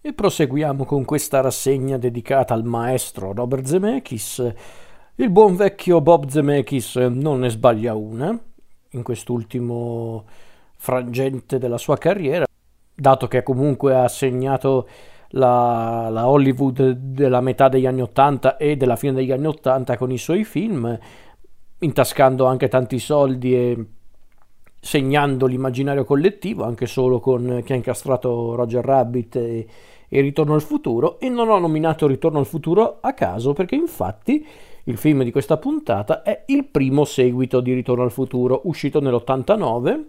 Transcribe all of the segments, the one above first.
E proseguiamo con questa rassegna dedicata al maestro Robert Zemeckis. Il buon vecchio Bob Zemeckis non ne sbaglia una in quest'ultimo frangente della sua carriera, dato che comunque ha segnato la Hollywood della metà degli anni 80 e della fine degli anni 80 con i suoi film, intascando anche tanti soldi e segnando l'immaginario collettivo, anche solo con chi ha incastrato Roger Rabbit e Ritorno al futuro. E non ho nominato Ritorno al futuro a caso, perché infatti il film di questa puntata è il primo seguito di Ritorno al futuro, uscito nell'89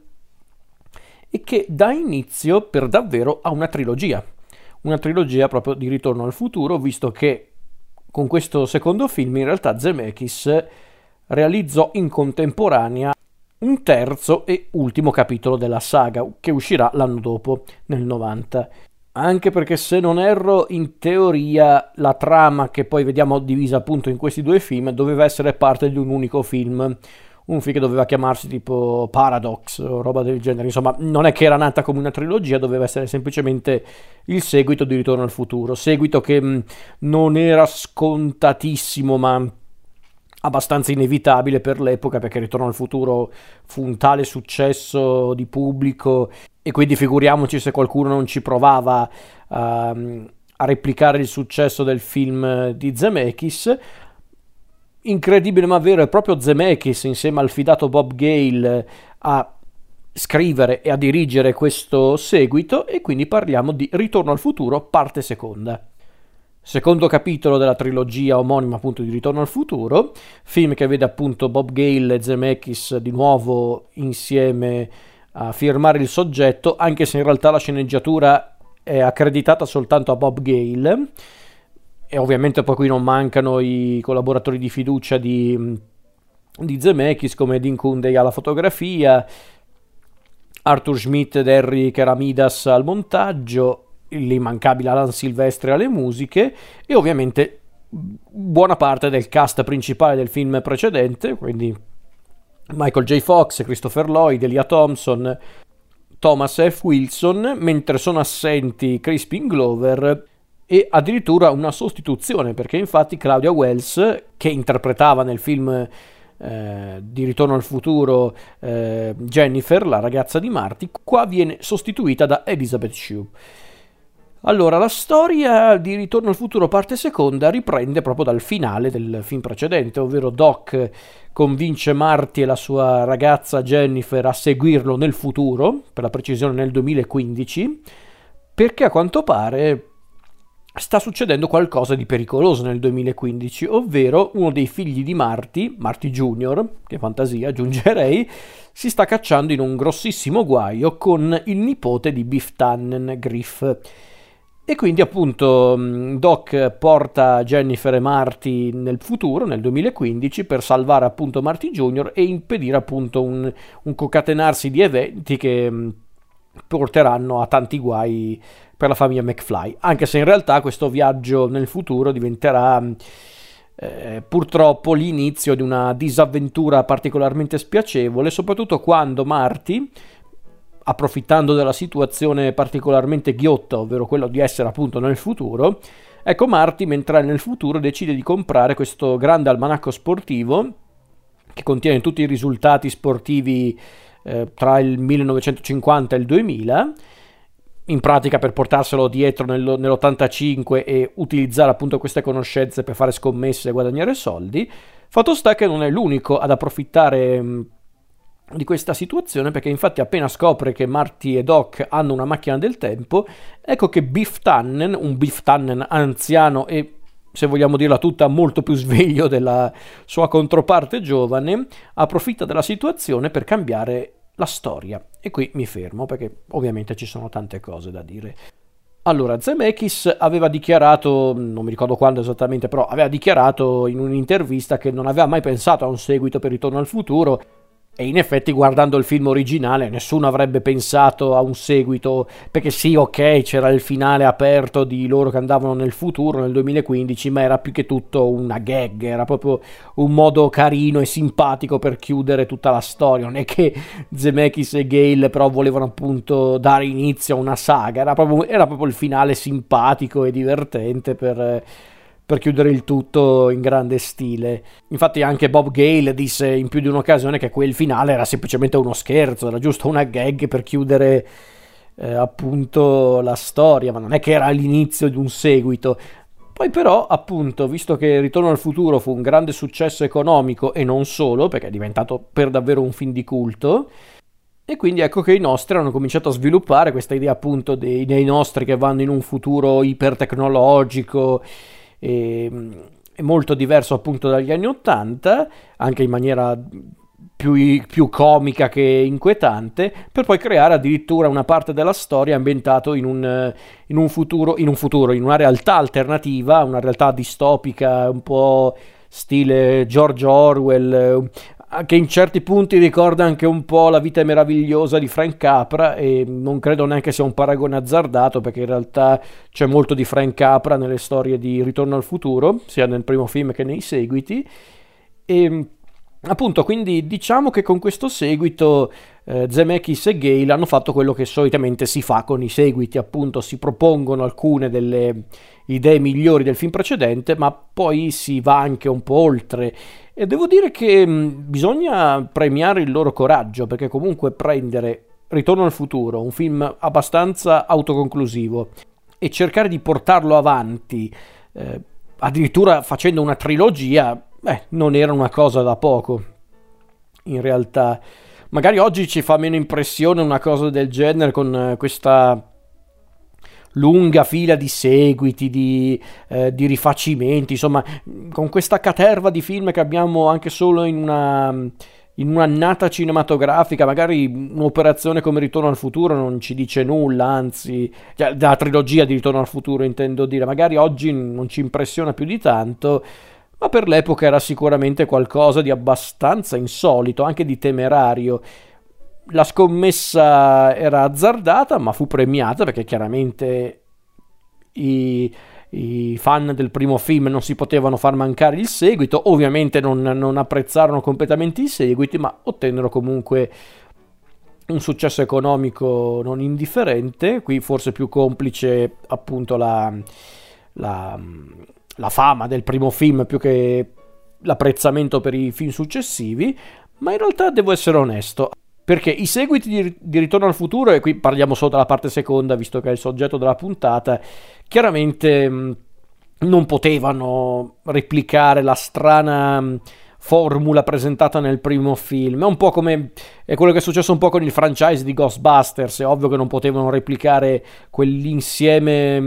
e che dà inizio per davvero a una trilogia proprio di Ritorno al futuro, visto che con questo secondo film in realtà Zemeckis realizzò in contemporanea un terzo e ultimo capitolo della saga, che uscirà l'anno dopo, nel 90. Anche perché, se non erro, in teoria la trama che poi vediamo divisa appunto in questi due film doveva essere parte di un unico film, un film che doveva chiamarsi tipo Paradox o roba del genere. Insomma, non è che era nata come una trilogia, doveva essere semplicemente il seguito di Ritorno al futuro, seguito che non era scontatissimo ma abbastanza inevitabile per l'epoca, perché Ritorno al futuro fu un tale successo di pubblico, e quindi figuriamoci se qualcuno non ci provava a replicare il successo del film di Zemeckis. Incredibile ma vero, è proprio Zemeckis insieme al fidato Bob Gale a scrivere e a dirigere questo seguito, e quindi parliamo di Ritorno al futuro parte seconda. Secondo capitolo della trilogia omonima appunto di Ritorno al futuro, film che vede appunto Bob Gale e Zemeckis di nuovo insieme a firmare il soggetto, anche se in realtà la sceneggiatura è accreditata soltanto a Bob Gale, e ovviamente poi qui non mancano i collaboratori di fiducia di Zemeckis, come Dean Cundey alla fotografia, Arthur Schmidt ed Harry Keramidas al montaggio, l'immancabile Alan Silvestri alle musiche, e ovviamente buona parte del cast principale del film precedente, quindi Michael J. Fox, Christopher Lloyd, Elia Thompson, Thomas F. Wilson, mentre sono assenti Crispin Glover e addirittura una sostituzione, perché infatti Claudia Wells, che interpretava nel film di Ritorno al futuro Jennifer, la ragazza di Marty, qua viene sostituita da Elizabeth Shue. Allora, la storia di Ritorno al futuro parte seconda riprende proprio dal finale del film precedente, ovvero Doc convince Marty e la sua ragazza Jennifer a seguirlo nel futuro, per la precisione nel 2015, perché a quanto pare sta succedendo qualcosa di pericoloso nel 2015, ovvero uno dei figli di Marty Junior, che fantasia aggiungerei, si sta cacciando in un grossissimo guaio con il nipote di Biff Tannen, Griff. E quindi appunto Doc porta Jennifer e Marty nel futuro, nel 2015, per salvare appunto Marty Junior e impedire appunto un concatenarsi di eventi che porteranno a tanti guai per la famiglia McFly, anche se in realtà questo viaggio nel futuro diventerà purtroppo l'inizio di una disavventura particolarmente spiacevole, soprattutto quando Marty, approfittando della situazione particolarmente ghiotta, ovvero quello di essere appunto nel futuro, ecco Marty, mentre è nel futuro, decide di comprare questo grande almanacco sportivo che contiene tutti i risultati sportivi tra il 1950 e il 2000, in pratica per portarselo dietro nell'85 e utilizzare appunto queste conoscenze per fare scommesse e guadagnare soldi. Fatto sta che non è l'unico ad approfittare di questa situazione, perché infatti appena scopre che Marty e Doc hanno una macchina del tempo, ecco che Biff Tannen, un Biff Tannen anziano e, se vogliamo dirla tutta, molto più sveglio della sua controparte giovane, approfitta della situazione per cambiare la storia. E qui mi fermo, perché ovviamente ci sono tante cose da dire. Allora, Zemeckis aveva dichiarato, non mi ricordo quando esattamente, però aveva dichiarato in un'intervista che non aveva mai pensato a un seguito per Ritorno al futuro, E in effetti, guardando il film originale, nessuno avrebbe pensato a un seguito, perché sì, ok, c'era il finale aperto di loro che andavano nel futuro, nel 2015, ma era più che tutto una gag, era proprio un modo carino e simpatico per chiudere tutta la storia. Non è che Zemeckis e Gale però volevano appunto dare inizio a una saga, era proprio il finale simpatico e divertente per chiudere il tutto in grande stile. Infatti anche Bob Gale disse in più di un'occasione che quel finale era semplicemente uno scherzo, era giusto una gag per chiudere appunto la storia, ma non è che era l'inizio di un seguito. Poi però, appunto, visto che Ritorno al futuro fu un grande successo economico e non solo, perché è diventato per davvero un film di culto, e quindi ecco che i nostri hanno cominciato a sviluppare questa idea appunto dei nostri che vanno in un futuro ipertecnologico e, e molto diverso appunto dagli anni 80, anche in maniera più comica che inquietante, per poi creare addirittura una parte della storia ambientato in una realtà alternativa, una realtà distopica, un po' stile George Orwell, che in certi punti ricorda anche un po' La vita è meravigliosa di Frank Capra, e non credo neanche sia un paragone azzardato, perché in realtà c'è molto di Frank Capra nelle storie di Ritorno al futuro, sia nel primo film che nei seguiti. E appunto, quindi diciamo che con questo seguito Zemeckis e Gale hanno fatto quello che solitamente si fa con i seguiti, appunto si propongono alcune delle idee migliori del film precedente, ma poi si va anche un po' oltre. E devo dire che bisogna premiare il loro coraggio, perché comunque prendere Ritorno al futuro, un film abbastanza autoconclusivo, e cercare di portarlo avanti, addirittura facendo una trilogia, non era una cosa da poco, in realtà. Magari oggi ci fa meno impressione una cosa del genere con questa lunga fila di seguiti, di rifacimenti, insomma, con questa caterva di film che abbiamo anche solo in un'annata cinematografica. Magari un'operazione come Ritorno al futuro non ci dice nulla, anzi, cioè, la trilogia di Ritorno al futuro intendo dire, magari oggi non ci impressiona più di tanto, ma per l'epoca era sicuramente qualcosa di abbastanza insolito, anche di temerario. La scommessa era azzardata, ma fu premiata, perché chiaramente i fan del primo film non si potevano far mancare il seguito. Ovviamente non apprezzarono completamente i seguiti, ma ottennero comunque un successo economico non indifferente. Qui forse più complice appunto la fama del primo film più che l'apprezzamento per i film successivi. Ma in realtà devo essere onesto, perché i seguiti di Ritorno al futuro, e qui parliamo solo della parte seconda visto che è il soggetto della puntata, chiaramente non potevano replicare la strana formula presentata nel primo film. È un po' come è quello che è successo un po' con il franchise di Ghostbusters. È ovvio che non potevano replicare quell'insieme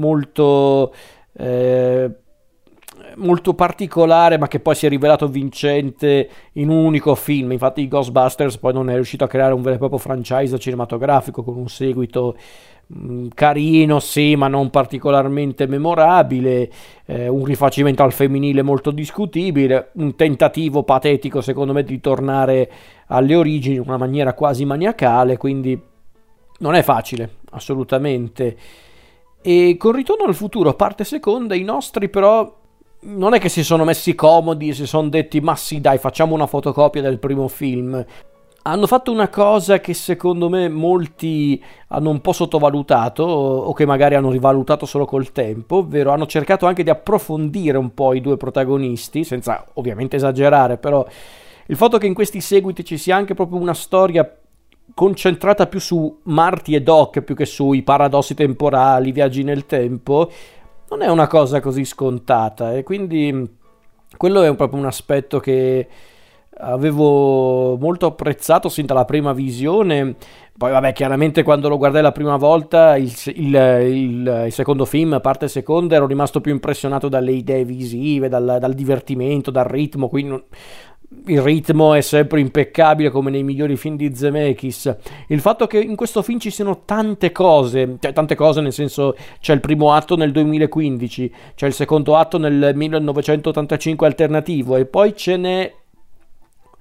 molto particolare, ma che poi si è rivelato vincente in un unico film. Infatti Ghostbusters poi non è riuscito a creare un vero e proprio franchise cinematografico con un seguito carino, sì, ma non particolarmente memorabile, un rifacimento al femminile molto discutibile, un tentativo patetico secondo me di tornare alle origini in una maniera quasi maniacale, quindi non è facile, assolutamente. E con Ritorno al futuro parte seconda i nostri però non è che si sono messi comodi e si sono detti ma sì dai, facciamo una fotocopia del primo film. Hanno fatto una cosa che secondo me molti hanno un po' sottovalutato, o che magari hanno rivalutato solo col tempo, ovvero hanno cercato anche di approfondire un po' i due protagonisti, senza ovviamente esagerare, però il fatto che in questi seguiti ci sia anche proprio una storia concentrata più su Marty e Doc più che sui paradossi temporali, viaggi nel tempo, non è una cosa così scontata, e quindi quello è proprio un aspetto che avevo molto apprezzato sin dalla prima visione. Poi vabbè, chiaramente quando lo guardai la prima volta, il secondo film, parte seconda, ero rimasto più impressionato dalle idee visive, dal divertimento, dal ritmo. Qui il ritmo è sempre impeccabile come nei migliori film di Zemeckis. Il fatto che in questo film ci siano tante cose, cioè tante cose nel senso, c'è il primo atto nel 2015, c'è il secondo atto nel 1985 alternativo, e poi ce n'è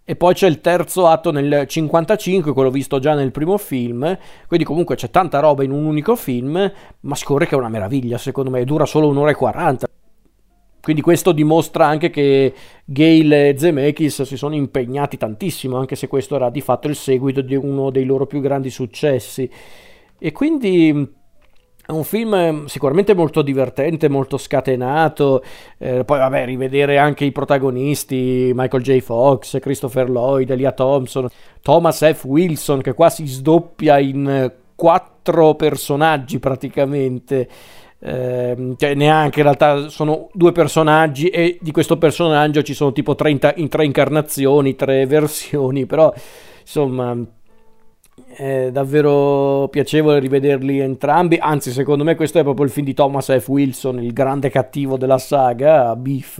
E poi c'è il terzo atto nel 55, quello visto già nel primo film, quindi comunque c'è tanta roba in un unico film, ma scorre che è una meraviglia secondo me, dura solo un'ora e 40. Quindi questo dimostra anche che Gale e Zemeckis si sono impegnati tantissimo, anche se questo era di fatto il seguito di uno dei loro più grandi successi. E quindi è un film sicuramente molto divertente, molto scatenato. Poi vabbè, rivedere anche i protagonisti, Michael J. Fox, Christopher Lloyd, Elia Thompson, Thomas F. Wilson, che qua si sdoppia in quattro personaggi praticamente. Cioè neanche in realtà sono due personaggi e di questo personaggio ci sono tipo 30 in tre incarnazioni, tre versioni, però insomma è davvero piacevole rivederli entrambi, anzi secondo me questo è proprio il film di Thomas F. Wilson, il grande cattivo della saga, Beef.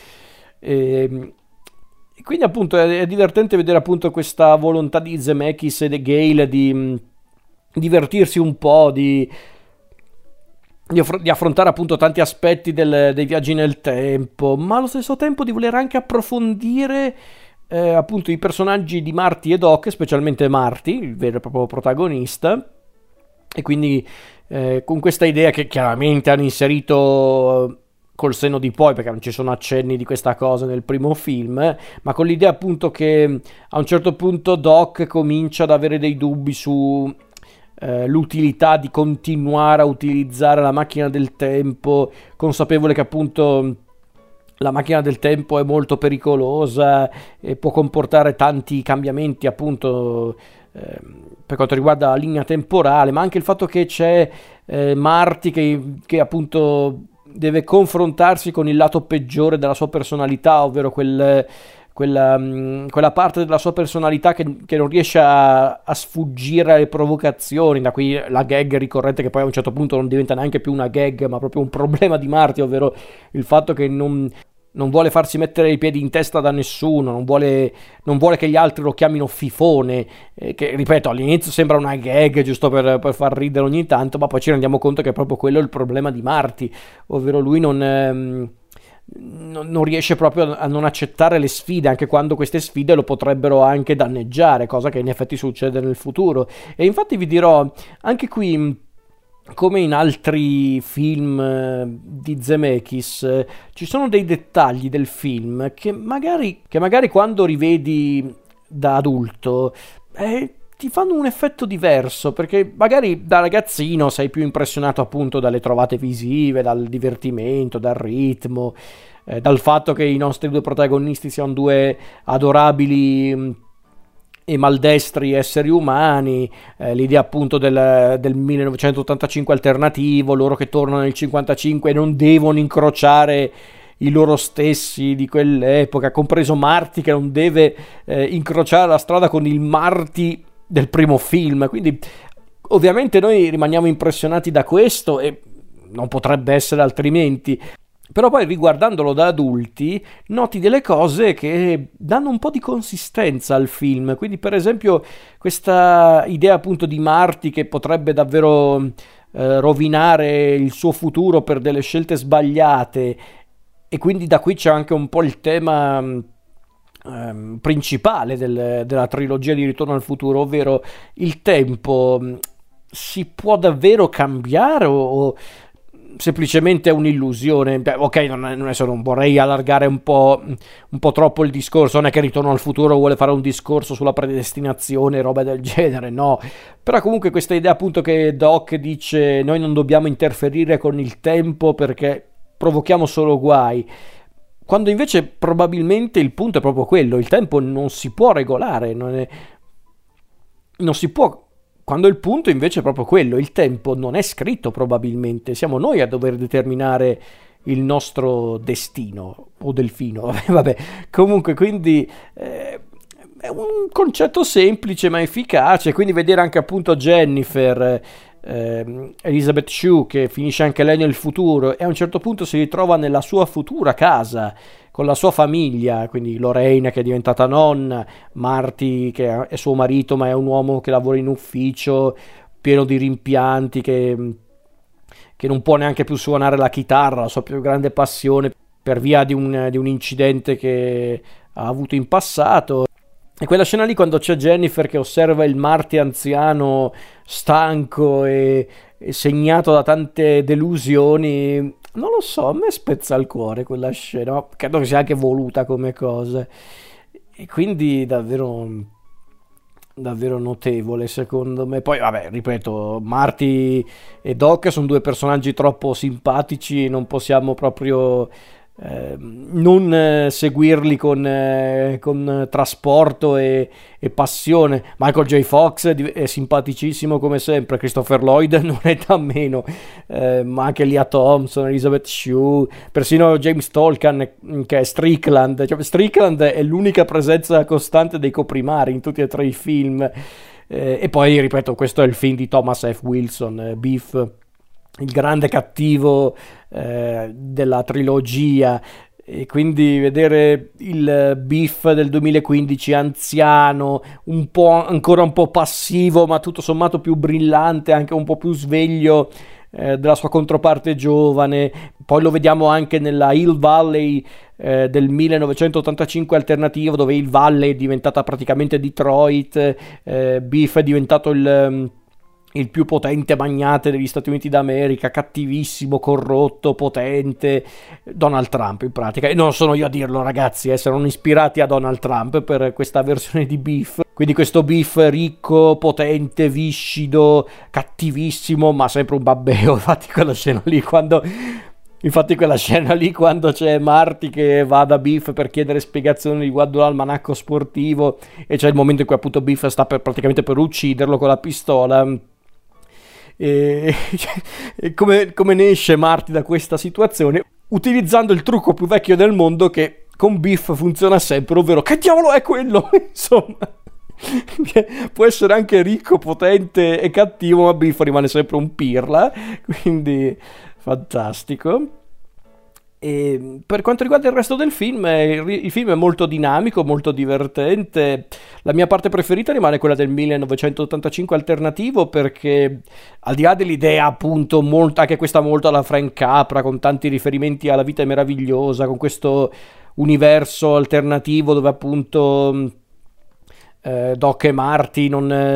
E quindi appunto è divertente vedere appunto questa volontà di Zemeckis e di Gale di divertirsi un po', di affrontare appunto tanti aspetti dei viaggi nel tempo, ma allo stesso tempo di voler anche approfondire appunto i personaggi di Marty e Doc, specialmente Marty, il vero e proprio protagonista, e quindi con questa idea che chiaramente hanno inserito col senno di poi, perché non ci sono accenni di questa cosa nel primo film, ma con l'idea appunto che a un certo punto Doc comincia ad avere dei dubbi su l'utilità di continuare a utilizzare la macchina del tempo, consapevole che appunto la macchina del tempo è molto pericolosa e può comportare tanti cambiamenti appunto per quanto riguarda la linea temporale, ma anche il fatto che c'è Marty che appunto deve confrontarsi con il lato peggiore della sua personalità, ovvero quella parte della sua personalità che non riesce a sfuggire alle provocazioni, da qui la gag ricorrente che poi a un certo punto non diventa neanche più una gag ma proprio un problema di Marty, ovvero il fatto che non vuole farsi mettere i piedi in testa da nessuno, non vuole che gli altri lo chiamino fifone, che ripeto all'inizio sembra una gag giusto per far ridere ogni tanto, ma poi ci rendiamo conto che è proprio quello il problema di Marty, ovvero lui non riesce proprio a non accettare le sfide, anche quando queste sfide lo potrebbero anche danneggiare, cosa che in effetti succede nel futuro. E infatti vi dirò, anche qui come in altri film di Zemeckis, ci sono dei dettagli del film che magari quando rivedi da adulto ti fanno un effetto diverso, perché magari da ragazzino sei più impressionato appunto dalle trovate visive, dal divertimento, dal ritmo, dal fatto che i nostri due protagonisti siano due adorabili e maldestri esseri umani, l'idea appunto del 1985 alternativo, loro che tornano nel 55 e non devono incrociare i loro stessi di quell'epoca, compreso Marty che non deve incrociare la strada con il Marty del primo film, quindi ovviamente noi rimaniamo impressionati da questo e non potrebbe essere altrimenti. Però poi riguardandolo da adulti noti delle cose che danno un po' di consistenza al film, quindi per esempio questa idea appunto di Marty che potrebbe davvero rovinare il suo futuro per delle scelte sbagliate, e quindi da qui c'è anche un po' il tema principale della trilogia di Ritorno al futuro, ovvero il tempo si può davvero cambiare o semplicemente è un'illusione. Beh, ok, non vorrei allargare un po' troppo il discorso, non è che Ritorno al futuro vuole fare un discorso sulla predestinazione e roba del genere, no, però comunque questa idea appunto che Doc dice noi non dobbiamo interferire con il tempo perché provochiamo solo guai, quando invece probabilmente il punto è proprio quello, il tempo non si può regolare, non si può. Quando il punto invece è proprio quello, il tempo non è scritto probabilmente, siamo noi a dover determinare il nostro destino, o delfino, vabbè, comunque quindi è un concetto semplice ma efficace, quindi vedere anche appunto Jennifer, Elizabeth Shue che finisce anche lei nel futuro e a un certo punto si ritrova nella sua futura casa, con la sua famiglia, quindi Lorraine che è diventata nonna, Marty che è suo marito ma è un uomo che lavora in ufficio, pieno di rimpianti, che non può neanche più suonare la chitarra, la sua più grande passione, per via di un incidente che ha avuto in passato. E quella scena lì quando c'è Jennifer che osserva il Marty anziano, stanco e segnato da tante delusioni, non lo so, a me spezza il cuore quella scena, ma credo che sia anche voluta come cosa. E quindi davvero notevole secondo me. Poi vabbè, ripeto, Marty e Doc sono due personaggi troppo simpatici, non possiamo proprio non seguirli con trasporto e passione. Michael J. Fox è simpaticissimo come sempre, Christopher Lloyd non è da meno, ma anche Leah Thompson, Elizabeth Shue, persino James Tolkan che è Strickland. Cioè, Strickland è l'unica presenza costante dei coprimari in tutti e tre i film. E poi ripeto, questo è il film di Thomas F. Wilson, Beef, il grande cattivo della trilogia, e quindi vedere il Beef del 2015 anziano, un po' ancora un po' passivo, ma tutto sommato più brillante, anche un po' più sveglio della sua controparte giovane. Poi lo vediamo anche nella Hill Valley del 1985 alternativo, dove Hill Valley è diventata praticamente Detroit. Beef è diventato il più potente magnate degli Stati Uniti d'America, cattivissimo, corrotto, potente, Donald Trump in pratica. E non sono io a dirlo, ragazzi, saranno ispirati a Donald Trump per questa versione di Beef. Quindi questo Beef ricco, potente, viscido, cattivissimo, ma sempre un babbeo. Infatti quella scena lì quando c'è Marty che va da Beef per chiedere spiegazioni riguardo l'almanacco sportivo, e c'è il momento in cui appunto Beef sta praticamente per ucciderlo con la pistola. E come ne esce Marty da questa situazione? Utilizzando il trucco più vecchio del mondo che con Beef funziona sempre, ovvero che diavolo è quello? Insomma, può essere anche ricco, potente e cattivo, ma Beef rimane sempre un pirla, quindi fantastico. E per quanto riguarda il resto del film, il film è molto dinamico, molto divertente. La mia parte preferita rimane quella del 1985 alternativo, perché al di là dell'idea appunto molto, anche questa molto alla Frank Capra, con tanti riferimenti alla vita è meravigliosa, con questo universo alternativo dove appunto Doc e Marty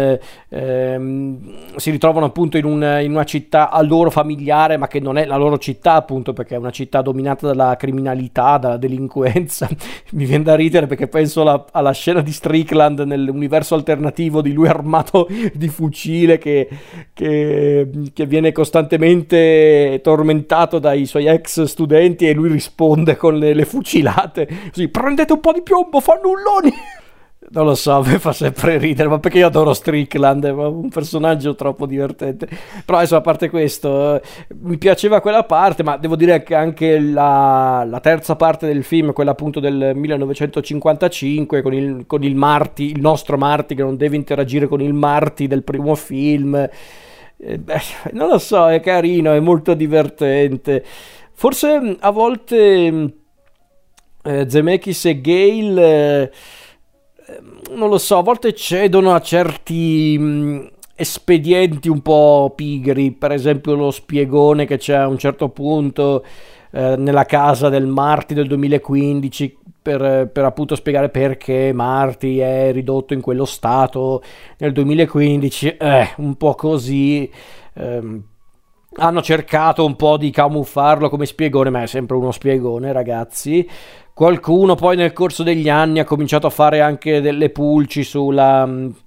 si ritrovano appunto in una città a loro familiare, ma che non è la loro città, appunto perché è una città dominata dalla criminalità, dalla delinquenza. Mi viene da ridere perché penso alla scena di Strickland nell'universo alternativo di lui armato di fucile che viene costantemente tormentato dai suoi ex studenti, e lui risponde con le fucilate così: prendete un po' di piombo, fannulloni. Non lo so, mi fa sempre ridere, ma perché io adoro Strickland, è un personaggio troppo divertente. Però adesso, a parte questo, mi piaceva quella parte, ma devo dire che anche la terza parte del film, quella appunto del 1955, con il Marty, il nostro Marty che non deve interagire con il Marty del primo film, non lo so, è carino, è molto divertente. Forse a volte Zemeckis e Gale... non lo so, a volte cedono a certi espedienti un po' pigri, per esempio lo spiegone che c'è a un certo punto nella casa del Marty del 2015 per appunto spiegare perché Marty è ridotto in quello stato nel 2015, un po' così. Hanno cercato un po' di camuffarlo come spiegone, ma è sempre uno spiegone, ragazzi. Qualcuno poi nel corso degli anni ha cominciato a fare anche delle pulci sulla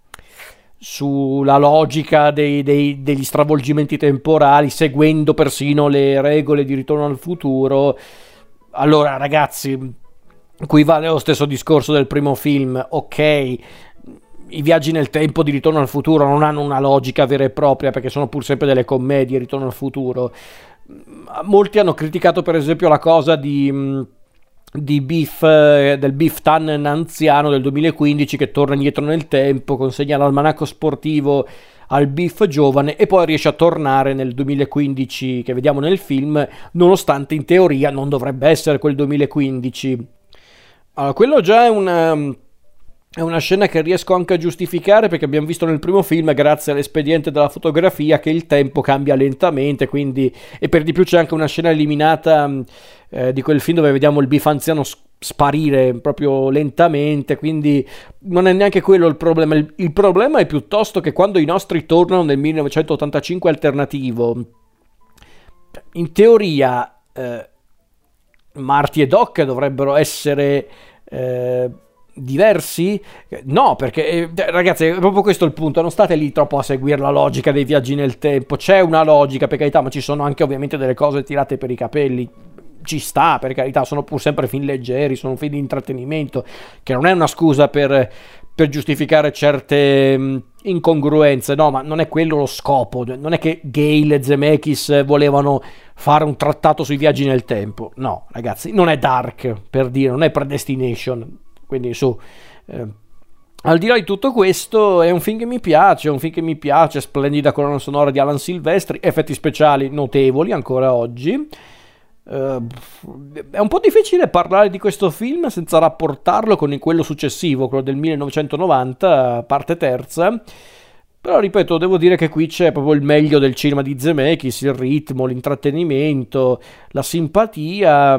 logica degli stravolgimenti temporali, seguendo persino le regole di Ritorno al futuro. Allora, ragazzi, qui vale lo stesso discorso del primo film. Ok, i viaggi nel tempo di Ritorno al futuro non hanno una logica vera e propria, perché sono pur sempre delle commedie. Ritorno al futuro, molti hanno criticato per esempio la cosa di Beef, del Beef Tannen anziano del 2015 che torna indietro nel tempo, consegna l'almanacco sportivo al Beef giovane e poi riesce a tornare nel 2015 che vediamo nel film, nonostante in teoria non dovrebbe essere quel 2015. Allora, quello già è una scena che riesco anche a giustificare, perché abbiamo visto nel primo film, grazie all'espediente della fotografia, che il tempo cambia lentamente, quindi, e per di più c'è anche una scena eliminata di quel film dove vediamo il Beef anziano sparire proprio lentamente, quindi non è neanche quello il problema. Il problema è piuttosto che quando i nostri tornano nel 1985 alternativo, in teoria Marty e Doc dovrebbero essere diversi? No, perché ragazzi, è proprio questo il punto. Non state lì troppo a seguire la logica dei viaggi nel tempo. C'è una logica, per carità, ma ci sono anche ovviamente delle cose tirate per i capelli. Ci sta, per carità, sono pur sempre film leggeri, sono film di intrattenimento, che non è una scusa per giustificare certe incongruenze, no, ma non è quello lo scopo. Non è che Gale e Zemeckis volevano fare un trattato sui viaggi nel tempo. No, ragazzi, non è Dark, per dire, non è Predestination. Quindi su, al di là di tutto questo, è un film che mi piace, splendida colonna sonora di Alan Silvestri, effetti speciali notevoli ancora oggi. È un po' difficile parlare di questo film senza rapportarlo con quello successivo, quello del 1990, parte terza. Però ripeto, devo dire che qui c'è proprio il meglio del cinema di Zemeckis, il ritmo, l'intrattenimento, la simpatia.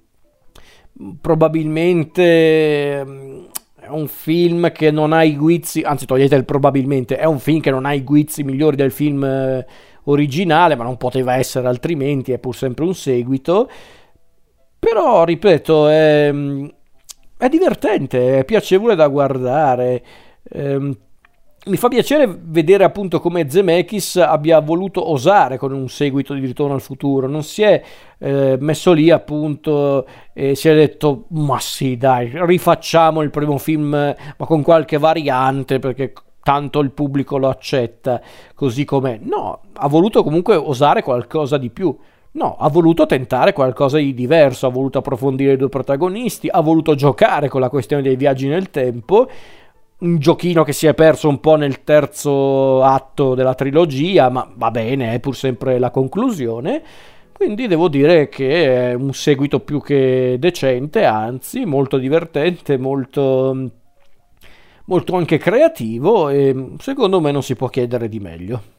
Probabilmente è un film che non ha i guizzi, anzi togliete il probabilmente, è un film che non ha i guizzi migliori del film originale, ma non poteva essere altrimenti, è pur sempre un seguito. Però ripeto, è divertente, è piacevole da guardare. Mi fa piacere vedere appunto come Zemeckis abbia voluto osare con un seguito di Ritorno al futuro. Non si è messo lì appunto e si è detto ma sì dai, rifacciamo il primo film ma con qualche variante perché tanto il pubblico lo accetta così com'è. No, ha voluto comunque osare qualcosa di più. No, ha voluto tentare qualcosa di diverso, ha voluto approfondire i due protagonisti, ha voluto giocare con la questione dei viaggi nel tempo, un giochino che si è perso un po' nel terzo atto della trilogia, ma va bene, è pur sempre la conclusione. Quindi devo dire che è un seguito più che decente, anzi molto divertente, molto, molto anche creativo e secondo me non si può chiedere di meglio.